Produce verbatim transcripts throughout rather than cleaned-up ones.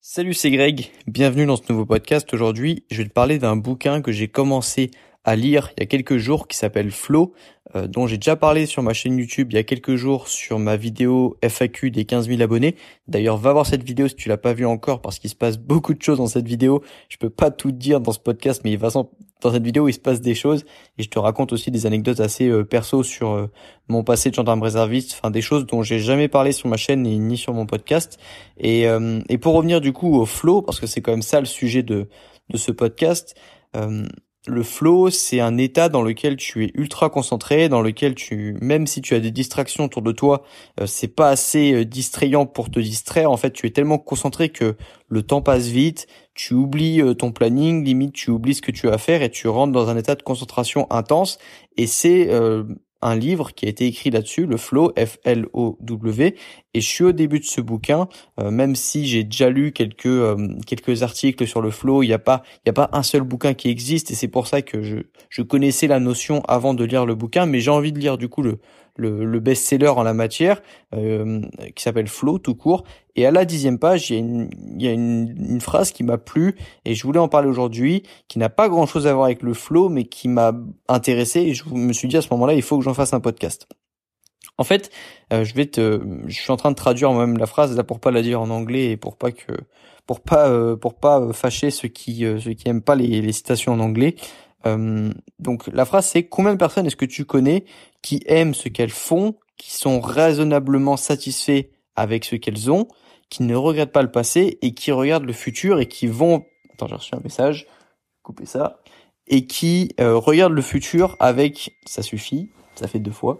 Salut, c'est Greg. Bienvenue dans ce nouveau podcast. Aujourd'hui, je vais te parler d'un bouquin que j'ai commencé à lire il y a quelques jours qui s'appelle Flow, euh, dont j'ai déjà parlé sur ma chaîne YouTube il y a quelques jours sur ma vidéo F A Q des quinze mille abonnés. D'ailleurs, va voir cette vidéo si tu l'as pas vue encore parce qu'il se passe beaucoup de choses dans cette vidéo. Je peux pas tout te dire dans ce podcast, mais de toute façon, dans cette vidéo, il se passe des choses et je te raconte aussi des anecdotes assez euh, perso sur euh, mon passé de gendarme réserviste, enfin des choses dont j'ai jamais parlé sur ma chaîne et ni sur mon podcast. Et, euh, et pour revenir du coup au flow, parce que c'est quand même ça le sujet de de ce podcast. Euh, le flow, c'est un état dans lequel tu es ultra concentré, dans lequel tu, même si tu as des distractions autour de toi, euh, c'est pas assez euh, distrayant pour te distraire. En fait, tu es tellement concentré que le temps passe vite, tu oublies euh, ton planning, limite tu oublies ce que tu as à faire et tu rentres dans un état de concentration intense. Et c'est euh, un livre qui a été écrit là-dessus, le Flow, F L O W, et je suis au début de ce bouquin, euh, même si j'ai déjà lu quelques euh, quelques articles sur le flow, il y a pas il y a pas un seul bouquin qui existe et c'est pour ça que je je connaissais la notion avant de lire le bouquin, mais j'ai envie de lire du coup le le, le best-seller en la matière euh, qui s'appelle Flow tout court. Et à la dixième page, il y a une il y a une, une phrase qui m'a plu et je voulais en parler aujourd'hui, qui n'a pas grand-chose à voir avec le flow, mais qui m'a intéressé et je me suis dit à ce moment-là, il faut que j'en fasse un podcast. En fait, euh, je vais te, je suis en train de traduire moi-même la phrase là pour pas la dire en anglais et pour pas que, pour pas, euh, pour pas euh, fâcher ceux qui, euh, ceux qui aiment pas les, les citations en anglais. Euh, donc la phrase c'est: combien de personnes est-ce que tu connais qui aiment ce qu'elles font, qui sont raisonnablement satisfaits avec ce qu'elles ont, qui ne regrettent pas le passé et qui regardent le futur et qui vont, attends, j'ai reçu un message, couper ça, et qui euh, regardent le futur avec, ça suffit, ça fait deux fois.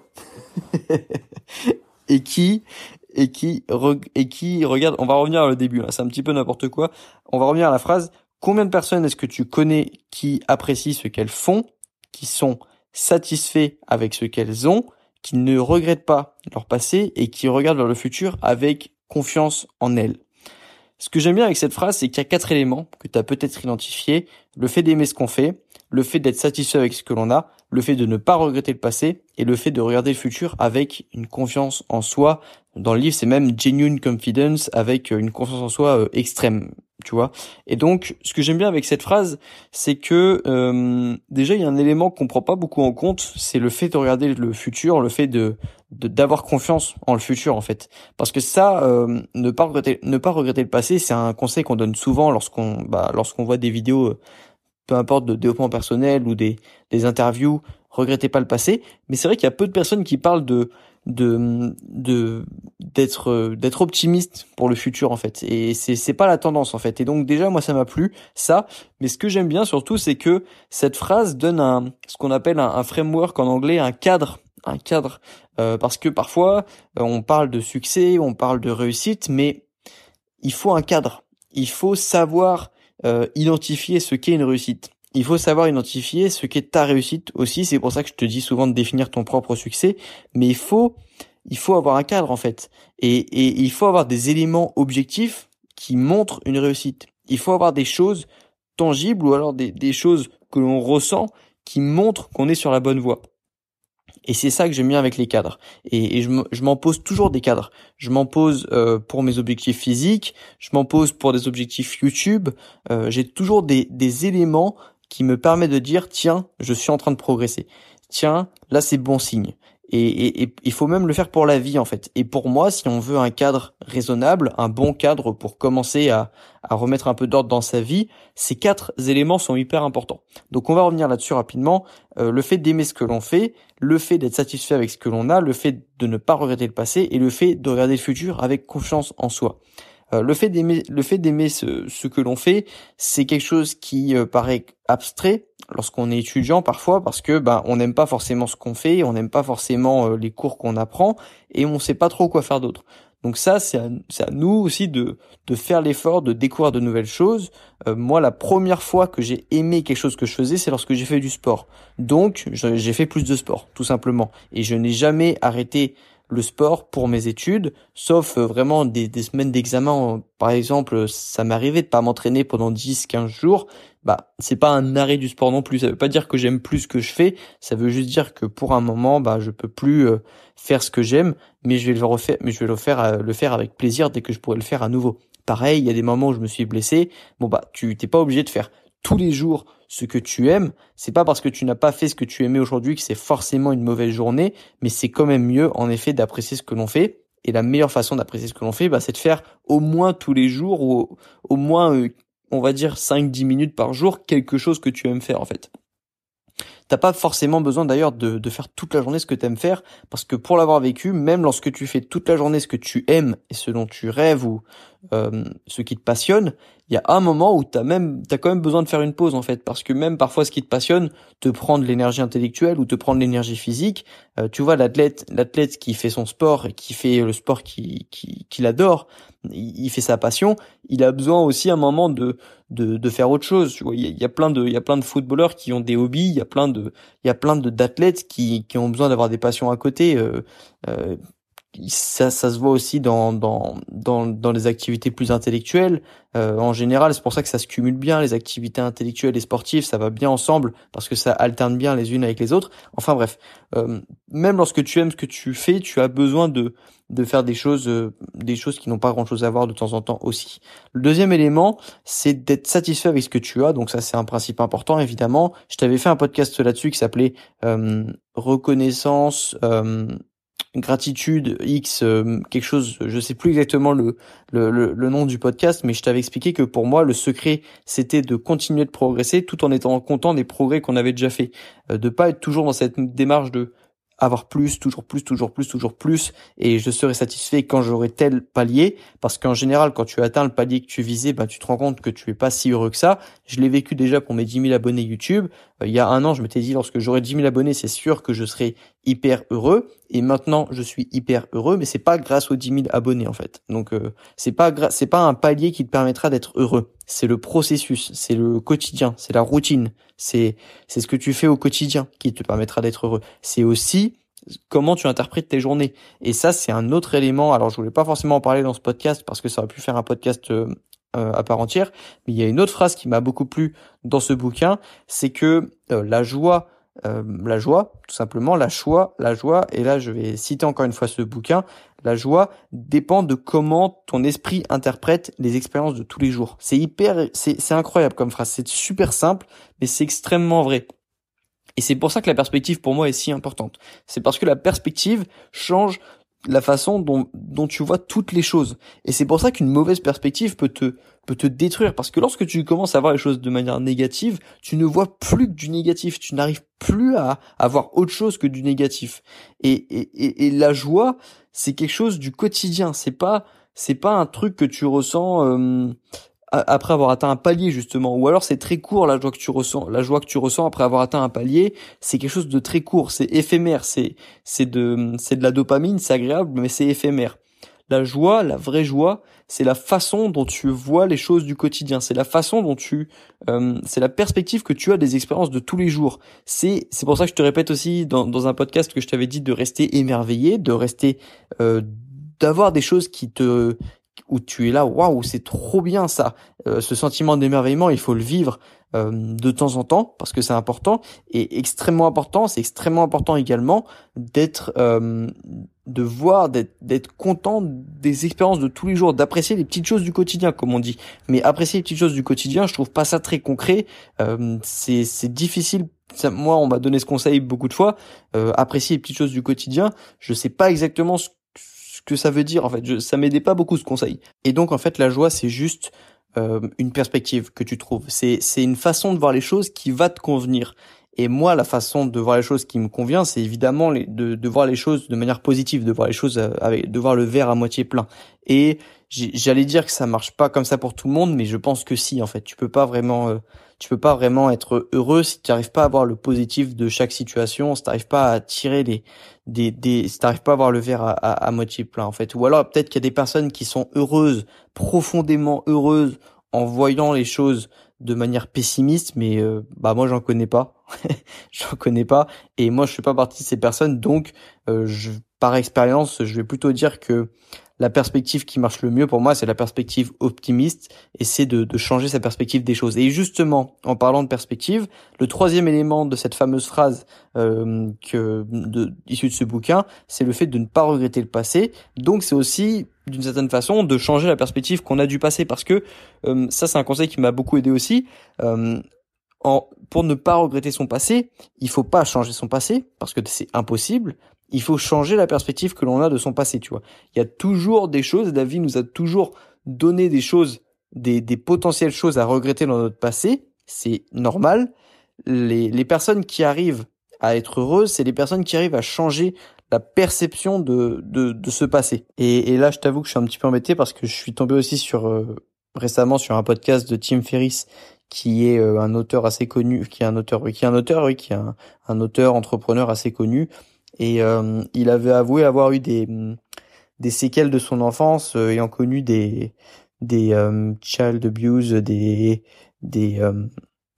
et qui et qui re, et qui regarde, on va revenir au début là, c'est un petit peu n'importe quoi. On va revenir à la phrase: combien de personnes est-ce que tu connais qui apprécient ce qu'elles font, qui sont satisfaits avec ce qu'elles ont, qui ne regrettent pas leur passé et qui regardent vers le futur avec confiance en elles. Ce que j'aime bien avec cette phrase, c'est qu'il y a quatre éléments que tu as peut-être identifiés: le fait d'aimer ce qu'on fait, le fait d'être satisfait avec ce que l'on a, le fait de ne pas regretter le passé et le fait de regarder le futur avec une confiance en soi. Dans le livre, c'est même genuine confidence, avec une confiance en soi euh, extrême, tu vois. Et donc, ce que j'aime bien avec cette phrase, c'est que euh, déjà, il y a un élément qu'on prend pas beaucoup en compte, c'est le fait de regarder le futur, le fait de de d'avoir confiance en le futur en fait. Parce que ça, euh, ne pas regretter, ne pas regretter le passé, c'est un conseil qu'on donne souvent lorsqu'on bah lorsqu'on voit des vidéos, euh, peu importe, de développement personnel ou des des interviews. Regrettez pas le passé, mais c'est vrai qu'il y a peu de personnes qui parlent de de de d'être euh, d'être optimiste pour le futur en fait. Et c'est c'est pas la tendance en fait. Et donc déjà moi ça m'a plu ça, mais ce que j'aime bien surtout c'est que cette phrase donne un ce qu'on appelle un, un framework en anglais, un cadre, un cadre euh, parce que parfois euh, on parle de succès, on parle de réussite, mais il faut un cadre. Il faut savoir euh, identifier ce qu'est une réussite. Il faut savoir identifier ce qu'est ta réussite aussi. C'est pour ça que je te dis souvent de définir ton propre succès. Mais il faut, il faut avoir un cadre en fait. Et, et il faut avoir des éléments objectifs qui montrent une réussite. Il faut avoir des choses tangibles ou alors des, des choses que l'on ressent qui montrent qu'on est sur la bonne voie. Et c'est ça que j'aime bien avec les cadres. Et, et je m'en pose toujours des cadres. Je m'en pose euh, pour mes objectifs physiques, je m'en pose pour des objectifs YouTube. Euh, j'ai toujours des, des éléments qui me permettent de dire: tiens, je suis en train de progresser. Tiens, là c'est bon signe. Et, et, et il faut même le faire pour la vie en fait. Et pour moi, si on veut un cadre raisonnable, un bon cadre pour commencer à, à remettre un peu d'ordre dans sa vie, ces quatre éléments sont hyper importants. Donc on va revenir là-dessus rapidement. Euh, le fait d'aimer ce que l'on fait, le fait d'être satisfait avec ce que l'on a, le fait de ne pas regretter le passé et le fait de regarder le futur avec confiance en soi. Euh, le fait d'aimer, le fait d'aimer ce, ce que l'on fait, c'est quelque chose qui euh, paraît abstrait lorsqu'on est étudiant parfois, parce que bah on n'aime pas forcément ce qu'on fait, on n'aime pas forcément euh, les cours qu'on apprend et on sait pas trop quoi faire d'autre. Donc ça, c'est à, c'est à nous aussi de de faire l'effort de découvrir de nouvelles choses. Euh, moi, la première fois que j'ai aimé quelque chose que je faisais, c'est lorsque j'ai fait du sport. Donc j'ai fait plus de sport, tout simplement, et je n'ai jamais arrêté le sport pour mes études, sauf vraiment des, des semaines d'examen. Par exemple, ça m'arrivait de pas m'entraîner pendant dix, quinze jours. Bah, c'est pas un arrêt du sport non plus. Ça veut pas dire que j'aime plus ce que je fais. Ça veut juste dire que pour un moment, bah, je peux plus euh, faire ce que j'aime, mais je vais le refaire, mais je vais le faire, euh, le faire avec plaisir dès que je pourrai le faire à nouveau. pareil, il y a des moments où je me suis blessé. Bon bah, tu t'es pas obligé de faire tous les jours ce que tu aimes. C'est pas parce que tu n'as pas fait ce que tu aimais aujourd'hui que c'est forcément une mauvaise journée, mais c'est quand même mieux, en effet, d'apprécier ce que l'on fait. Et la meilleure façon d'apprécier ce que l'on fait, bah, c'est de faire au moins tous les jours ou au, au moins, euh, on va dire cinq dix minutes par jour, quelque chose que tu aimes faire, en fait. T'as pas forcément besoin d'ailleurs de, de faire toute la journée ce que t'aimes faire, parce que pour l'avoir vécu, même lorsque tu fais toute la journée ce que tu aimes et ce dont tu rêves ou euh, ce qui te passionne, il y a un moment où t'as même t'as quand même besoin de faire une pause en fait, parce que même parfois ce qui te passionne te prend de l'énergie intellectuelle ou te prend de l'énergie physique. Euh, tu vois l'athlète l'athlète qui fait son sport et qui fait le sport qui qui qu'il adore, il, il fait sa passion, il a besoin aussi un moment de de de faire autre chose. Tu vois, il y a, il y a plein de il y a plein de footballeurs qui ont des hobbies, il y a plein de il y a plein de d'athlètes qui qui ont besoin d'avoir des passions à côté. Euh, euh, ça ça se voit aussi dans dans dans dans les activités plus intellectuelles. Euh, en général, c'est pour ça que ça se cumule bien, les activités intellectuelles et sportives, ça va bien ensemble parce que ça alterne bien les unes avec les autres. Enfin bref, euh, même lorsque tu aimes ce que tu fais, tu as besoin de de faire des choses euh, des choses qui n'ont pas grand-chose à voir de temps en temps aussi. Le deuxième élément, c'est d'être satisfait avec ce que tu as. Donc ça, c'est un principe important évidemment. Je t'avais fait un podcast là-dessus qui s'appelait euh, reconnaissance euh, gratitude X, euh, quelque chose, je sais plus exactement le, le le le nom du podcast, mais je t'avais expliqué que pour moi le secret c'était de continuer de progresser tout en étant content des progrès qu'on avait déjà fait, euh, de pas être toujours dans cette démarche de avoir plus, toujours plus, toujours plus, toujours plus, et je serai satisfait quand j'aurai tel palier, parce qu'en général, quand tu atteins le palier que tu visais, ben, tu te rends compte que tu es pas si heureux que ça. Je l'ai vécu déjà pour mes dix mille abonnés YouTube. Euh, il y a un an, je m'étais dit, lorsque j'aurai dix mille abonnés, c'est sûr que je serai hyper heureux, et maintenant, je suis hyper heureux, mais c'est pas grâce aux dix mille abonnés, en fait. Donc, euh, c'est pas gra- c'est pas un palier qui te permettra d'être heureux. C'est le processus, c'est le quotidien, c'est la routine, c'est c'est ce que tu fais au quotidien qui te permettra d'être heureux. C'est aussi comment tu interprètes tes journées. Et ça, c'est un autre élément. Alors, je voulais pas forcément en parler dans ce podcast parce que ça aurait pu faire un podcast euh, euh, à part entière. Mais il y a une autre phrase qui m'a beaucoup plu dans ce bouquin, c'est que euh, la joie, euh, la joie, tout simplement, la joie, la joie. Et là, je vais citer encore une fois ce bouquin. La joie dépend de comment ton esprit interprète les expériences de tous les jours. C'est hyper, c'est, c'est incroyable comme phrase. C'est super simple, mais c'est extrêmement vrai. Et c'est pour ça que la perspective pour moi est si importante. C'est parce que la perspective change la façon dont, dont tu vois toutes les choses. Et c'est pour ça qu'une mauvaise perspective peut te, peut te détruire. Parce que lorsque tu commences à voir les choses de manière négative, tu ne vois plus que du négatif. Tu n'arrives plus à, à voir autre chose que du négatif. Et, et, et, et la joie, c'est quelque chose du quotidien. C'est pas, c'est pas un truc que tu ressens, euh, après avoir atteint un palier justement, ou alors c'est très court la joie que tu ressens, la joie que tu ressens après avoir atteint un palier, c'est quelque chose de très court, c'est éphémère, c'est c'est de c'est de la dopamine, c'est agréable mais c'est éphémère. La joie, la vraie joie, c'est la façon dont tu vois les choses du quotidien, c'est la façon dont tu euh, c'est la perspective que tu as des expériences de tous les jours. C'est c'est pour ça que je te répète aussi dans dans un podcast que je t'avais dit de rester émerveillé, de rester euh, d'avoir des choses qui te où tu es là, waouh, c'est trop bien ça. Euh, ce sentiment d'émerveillement, il faut le vivre euh, de temps en temps parce que c'est important et extrêmement important. C'est extrêmement important également d'être, euh, de voir, d'être, d'être content des expériences de tous les jours, d'apprécier les petites choses du quotidien, comme on dit. Mais apprécier les petites choses du quotidien, je trouve pas ça très concret. Euh, c'est, c'est difficile. Ça, moi, on m'a donné ce conseil beaucoup de fois. Euh, apprécier les petites choses du quotidien. Je sais pas exactement ce que ça veut dire en fait, je, ça m'aidait pas beaucoup ce conseil. Et donc en fait la joie c'est juste euh, une perspective que tu trouves, c'est c'est une façon de voir les choses qui va te convenir. Et moi la façon de voir les choses qui me convient, c'est évidemment les, de de voir les choses de manière positive, de voir les choses avec de voir le verre à moitié plein. Et j'allais dire que ça marche pas comme ça pour tout le monde, mais je pense que si en fait, tu peux pas vraiment euh, tu peux pas vraiment être heureux si tu n'arrives pas à voir le positif de chaque situation, si tu n'arrives pas à tirer les des des si tu n'arrives pas à voir le verre à, à, à moitié plein en fait. Ou alors peut-être qu'il y a des personnes qui sont heureuses, profondément heureuses en voyant les choses de manière pessimiste, mais euh, bah moi j'en connais pas. J'en connais pas et moi je fais pas partie de ces personnes, donc euh, je par expérience, je vais plutôt dire que la perspective qui marche le mieux pour moi, c'est la perspective optimiste, et c'est de, de changer sa perspective des choses. Et justement, en parlant de perspective, le troisième élément de cette fameuse phrase euh, que de, issue de ce bouquin, c'est le fait de ne pas regretter le passé. Donc c'est aussi, d'une certaine façon, de changer la perspective qu'on a du passé, parce que euh, ça, c'est un conseil qui m'a beaucoup aidé aussi. Euh, en, pour ne pas regretter son passé, il faut pas changer son passé, parce que c'est impossible. Il faut changer la perspective que l'on a de son passé, tu vois. Il y a toujours des choses, la vie nous a toujours donné des choses, des, des potentielles choses à regretter dans notre passé. C'est normal. Les, les personnes qui arrivent à être heureuses, c'est les personnes qui arrivent à changer la perception de, de, de ce passé. Et, et là, je t'avoue que je suis un petit peu embêté parce que je suis tombé aussi sur, euh, récemment sur un podcast de Tim Ferriss, qui est euh, un auteur assez connu, qui est un auteur, oui, qui est un auteur, oui, qui est un, un auteur entrepreneur assez connu. Et euh, il avait avoué avoir eu des des séquelles de son enfance, euh, ayant connu des des euh, child abuse, des des euh,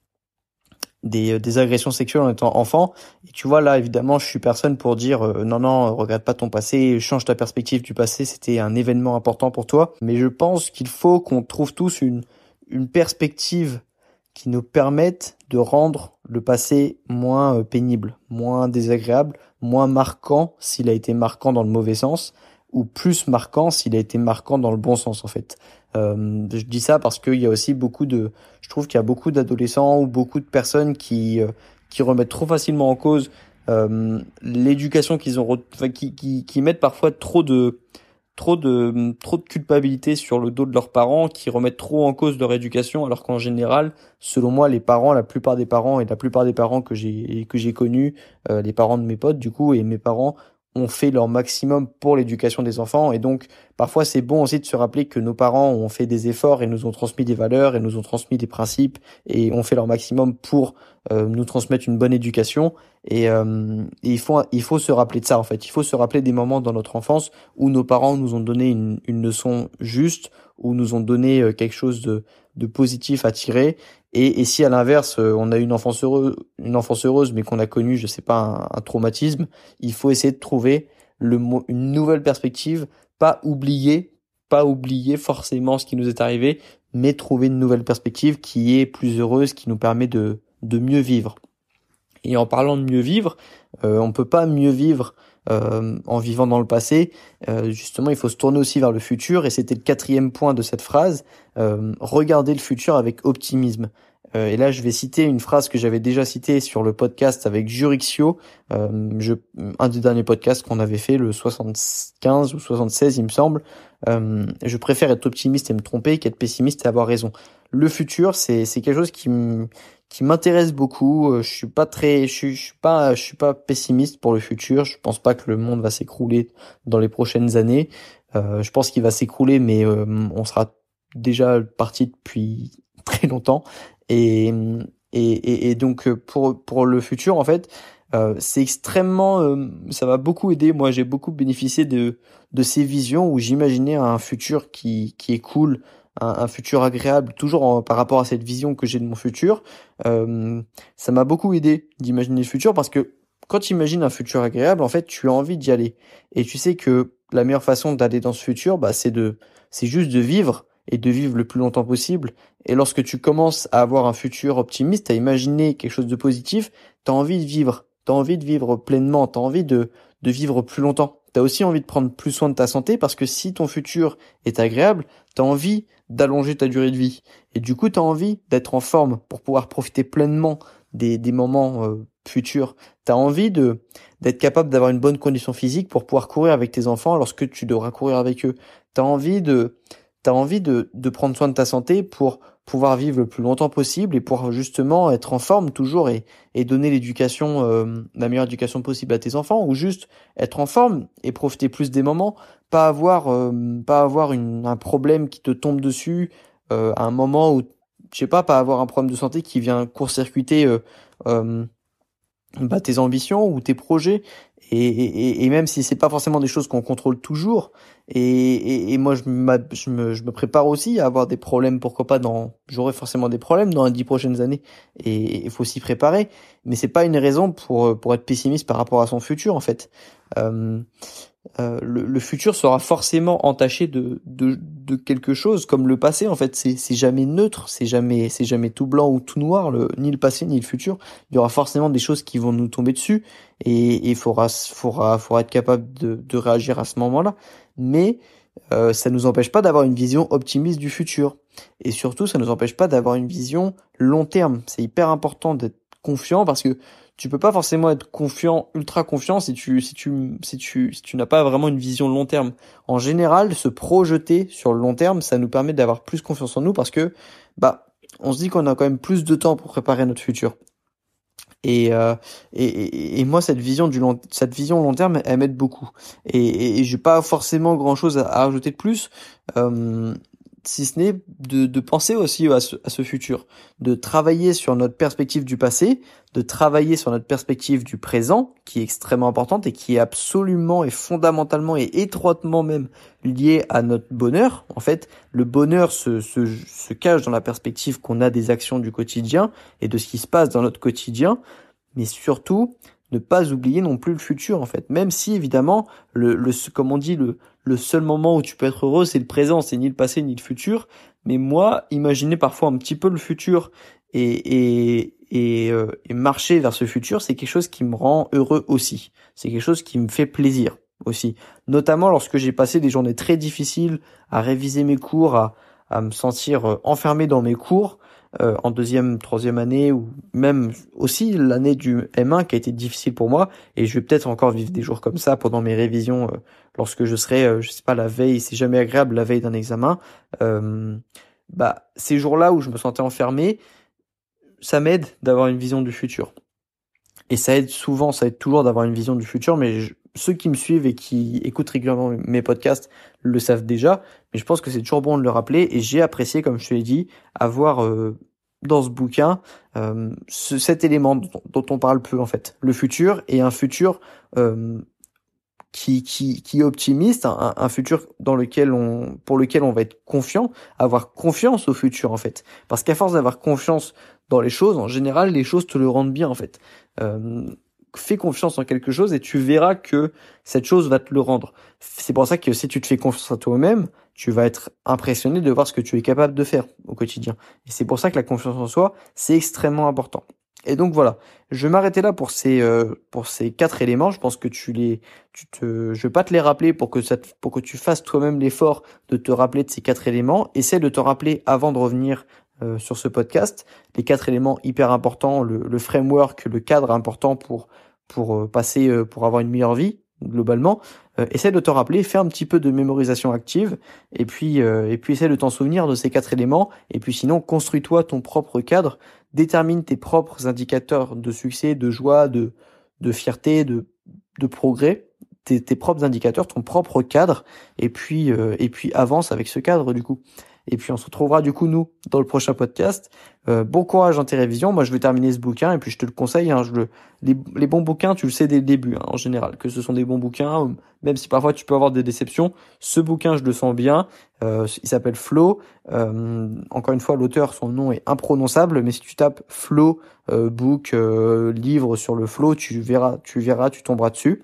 des des agressions sexuelles en étant enfant. Et tu vois, là, évidemment, je suis personne pour dire euh, non non, regarde pas ton passé, change ta perspective du passé, c'était un événement important pour toi. Mais je pense qu'il faut qu'on trouve tous une une perspective qui nous permette de rendre le passé moins euh, pénible, moins désagréable, moins marquant s'il a été marquant dans le mauvais sens, ou plus marquant s'il a été marquant dans le bon sens en fait. Euh, je dis ça parce qu'il y a aussi beaucoup de, je trouve qu'il y a beaucoup d'adolescents ou beaucoup de personnes qui euh, qui remettent trop facilement en cause euh, l'éducation qu'ils ont, re... enfin, qui, qui qui mettent parfois trop de trop de trop de culpabilité sur le dos de leurs parents, qui remettent trop en cause leur éducation, alors qu'en général, selon moi, les parents, la plupart des parents et la plupart des parents que j'ai que j'ai connus, euh, les parents de mes potes du coup et mes parents ont fait leur maximum pour l'éducation des enfants. Et donc parfois c'est bon aussi de se rappeler que nos parents ont fait des efforts et nous ont transmis des valeurs et nous ont transmis des principes et ont fait leur maximum pour euh, nous transmettre une bonne éducation. Et, euh, et il faut il faut se rappeler de ça en fait. Il faut se rappeler des moments dans notre enfance où nos parents nous ont donné une, une leçon juste, où nous ont donné euh, quelque chose de de positif à tirer. Et, et si à l'inverse euh, on a une enfance heureuse, une enfance heureuse mais qu'on a connu, je sais pas, un, un traumatisme, il faut essayer de trouver le mo- une nouvelle perspective, pas oublier, pas oublier forcément ce qui nous est arrivé, mais trouver une nouvelle perspective qui est plus heureuse, qui nous permet de de mieux vivre. Et en parlant de mieux vivre, euh, on peut pas mieux vivre euh, en vivant dans le passé. Euh, justement, il faut se tourner aussi vers le futur. Et c'était le quatrième point de cette phrase. Euh, regarder le futur avec optimisme. Euh, et là, je vais citer une phrase que j'avais déjà citée sur le podcast avec Jurixio, euh, je, un des derniers podcasts qu'on avait fait, le soixante-quinze ou soixante-seize, il me semble. Euh, je préfère être optimiste et me tromper qu'être pessimiste et avoir raison. Le futur, c'est c'est quelque chose qui me qui m'intéresse beaucoup. Euh, Je suis pas très, je suis, je suis pas, je suis pas pessimiste pour le futur. Je pense pas que le monde va s'écrouler dans les prochaines années. Euh, je pense qu'il va s'écrouler, mais euh, on sera déjà parti depuis très longtemps. Et et et, et donc euh, pour pour le futur, en fait, euh, c'est extrêmement, euh, ça m'a beaucoup aidé. Moi, j'ai beaucoup bénéficié de de ces visions où j'imaginais un futur qui qui est cool, un, un futur agréable, toujours en- par rapport à cette vision que j'ai de mon futur. Euh, Ça m'a beaucoup aidé d'imaginer le futur parce que quand tu imagines un futur agréable, en fait, tu as envie d'y aller. Et tu sais que la meilleure façon d'aller dans ce futur, bah, c'est de, c'est juste de vivre et de vivre le plus longtemps possible. Et lorsque tu commences à avoir un futur optimiste, à imaginer quelque chose de positif, t'as envie de vivre. T'as envie de vivre pleinement. T'as envie de, de vivre plus longtemps. T'as aussi envie de prendre plus soin de ta santé parce que si ton futur est agréable, t'as envie d'allonger ta durée de vie. Et du coup, tu as envie d'être en forme pour pouvoir profiter pleinement des, des moments euh, futurs. Tu as envie de d'être capable d'avoir une bonne condition physique pour pouvoir courir avec tes enfants lorsque tu devras courir avec eux. Tu as envie de t'as envie de de prendre soin de ta santé pour pouvoir vivre le plus longtemps possible et pour justement être en forme toujours et et donner l'éducation euh, la meilleure éducation possible à tes enfants, ou juste être en forme et profiter plus des moments, pas avoir euh, pas avoir une, un problème qui te tombe dessus euh, à un moment où, je sais pas, pas avoir un problème de santé qui vient court-circuiter euh, euh, bah, tes ambitions ou tes projets. Et, et, et même si c'est pas forcément des choses qu'on contrôle toujours, et, et, et moi je, m'a- je me je me prépare aussi à avoir des problèmes, pourquoi pas, dans j'aurai forcément des problèmes dans les dix prochaines années, et il faut s'y préparer, mais c'est pas une raison pour pour être pessimiste par rapport à son futur en fait. Euh, euh, le, le futur sera forcément entaché de, de, de quelque chose, comme le passé en fait. C'est, c'est jamais neutre, c'est jamais, c'est jamais tout blanc ou tout noir, le, ni le passé ni le futur. Il y aura forcément des choses qui vont nous tomber dessus et il faudra, faudra, faudra être capable de, de réagir à ce moment-là. Mais euh, ça nous empêche pas d'avoir une vision optimiste du futur. Et surtout, ça nous empêche pas d'avoir une vision long terme. C'est hyper important d'être confiant parce que tu peux pas forcément être confiant, ultra confiant si tu si tu si tu si tu n'as pas vraiment une vision long terme. En général, se projeter sur le long terme, ça nous permet d'avoir plus confiance en nous parce que bah on se dit qu'on a quand même plus de temps pour préparer notre futur. Et, euh, et, et, et moi cette vision du long, cette vision long terme, elle m'aide beaucoup. Et, et, et j'ai pas forcément grand chose à, à rajouter de plus. Euh, si ce n'est de, de penser aussi à ce, à ce futur, de travailler sur notre perspective du passé, de travailler sur notre perspective du présent, qui est extrêmement importante et qui est absolument et fondamentalement et étroitement même liée à notre bonheur. En fait, le bonheur se, se, se cache dans la perspective qu'on a des actions du quotidien et de ce qui se passe dans notre quotidien, mais surtout ne pas oublier non plus le futur en fait. Même si évidemment, le, le comme on dit, le, le seul moment où tu peux être heureux, c'est le présent, c'est ni le passé ni le futur. Mais moi, imaginer parfois un petit peu le futur et et et, euh, et marcher vers ce futur, c'est quelque chose qui me rend heureux aussi. C'est quelque chose qui me fait plaisir aussi. Notamment lorsque j'ai passé des journées très difficiles à réviser mes cours, à à me sentir enfermé dans mes cours. Euh, en deuxième, troisième année ou même aussi l'année du M un qui a été difficile pour moi et je vais peut-être encore vivre des jours comme ça pendant mes révisions euh, lorsque je serai, euh, je sais pas, la veille, c'est jamais agréable la veille d'un examen. Euh, bah ces jours-là où je me sentais enfermé, ça m'aide d'avoir une vision du futur. Et ça aide souvent, ça aide toujours d'avoir une vision du futur, mais je, ceux qui me suivent et qui écoutent régulièrement mes podcasts le savent déjà, mais je pense que c'est toujours bon de le rappeler, et j'ai apprécié, comme je te l'ai dit, avoir euh, dans ce bouquin euh, ce, cet élément dont, dont on parle peu en fait, le futur, et un futur euh, qui, qui, qui est optimiste, un, un futur dans lequel on, pour lequel on va être confiant, avoir confiance au futur en fait, parce qu'à force d'avoir confiance dans les choses, en général, les choses te le rendent bien en fait. Euh, fais confiance en quelque chose et tu verras que cette chose va te le rendre. C'est pour ça que si tu te fais confiance à toi-même, tu vas être impressionné de voir ce que tu es capable de faire au quotidien. Et c'est pour ça que la confiance en soi, c'est extrêmement important. Et donc voilà, je vais m'arrêter là pour ces euh, pour ces quatre éléments. Je pense que tu les, tu te, je vais pas te les rappeler pour que ça, te, pour que tu fasses toi-même l'effort de te rappeler de ces quatre éléments. Essaie de te rappeler avant de revenir Euh, sur ce podcast, les quatre éléments hyper importants, le, le framework, le cadre important pour pour euh, passer, euh, pour avoir une meilleure vie globalement. Euh, essaie de te rappeler, fais un petit peu de mémorisation active, et puis euh, et puis essaie de t'en souvenir de ces quatre éléments. Et puis sinon, construis-toi ton propre cadre, détermine tes propres indicateurs de succès, de joie, de de fierté, de de progrès. Tes, tes propres indicateurs, ton propre cadre, et puis euh, et puis avance avec ce cadre du coup. Et puis on se retrouvera du coup nous dans le prochain podcast. Euh, bon courage dans tes révisions. Moi je vais terminer ce bouquin et puis je te le conseille. Hein, je le, les, les bons bouquins, tu le sais dès le début hein, en général, que ce sont des bons bouquins, même si parfois tu peux avoir des déceptions. Ce bouquin je le sens bien. Euh, il s'appelle Flow. Euh, encore une fois l'auteur, son nom est imprononçable, mais si tu tapes Flow euh, book euh, livre sur le flow, tu verras, tu verras, tu tomberas dessus.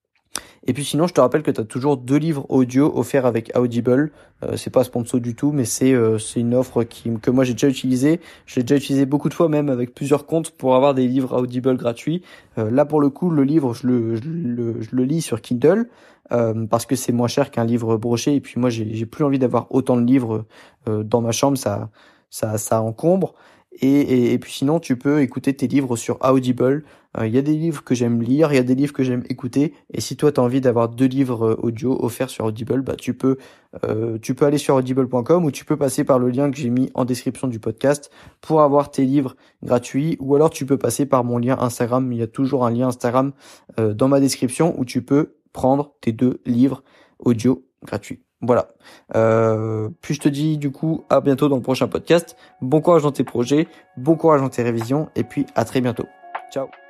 Et puis sinon, je te rappelle que tu as toujours deux livres audio offerts avec Audible. Euh, c'est pas sponsor du tout, mais c'est euh, c'est une offre qui que moi j'ai déjà utilisée. J'ai déjà utilisé beaucoup de fois, même avec plusieurs comptes, pour avoir des livres Audible gratuits. Euh, là, pour le coup, le livre, je le je le, je le lis sur Kindle euh, parce que c'est moins cher qu'un livre broché. Et puis moi, j'ai j'ai plus envie d'avoir autant de livres euh, dans ma chambre. Ça ça ça encombre. Et, et, et puis sinon, tu peux écouter tes livres sur Audible. Il euh, y a des livres que j'aime lire, il y a des livres que j'aime écouter. Et si toi, tu as envie d'avoir deux livres euh, audio offerts sur Audible, bah tu peux euh, tu peux aller sur audible point com ou tu peux passer par le lien que j'ai mis en description du podcast pour avoir tes livres gratuits. Ou alors tu peux passer par mon lien Instagram. Il y a toujours un lien Instagram euh, dans ma description où tu peux prendre tes deux livres audio gratuits. Voilà. Euh, puis je te dis du coup à bientôt dans le prochain podcast. Bon courage dans tes projets, bon courage dans tes révisions et puis à très bientôt. Ciao.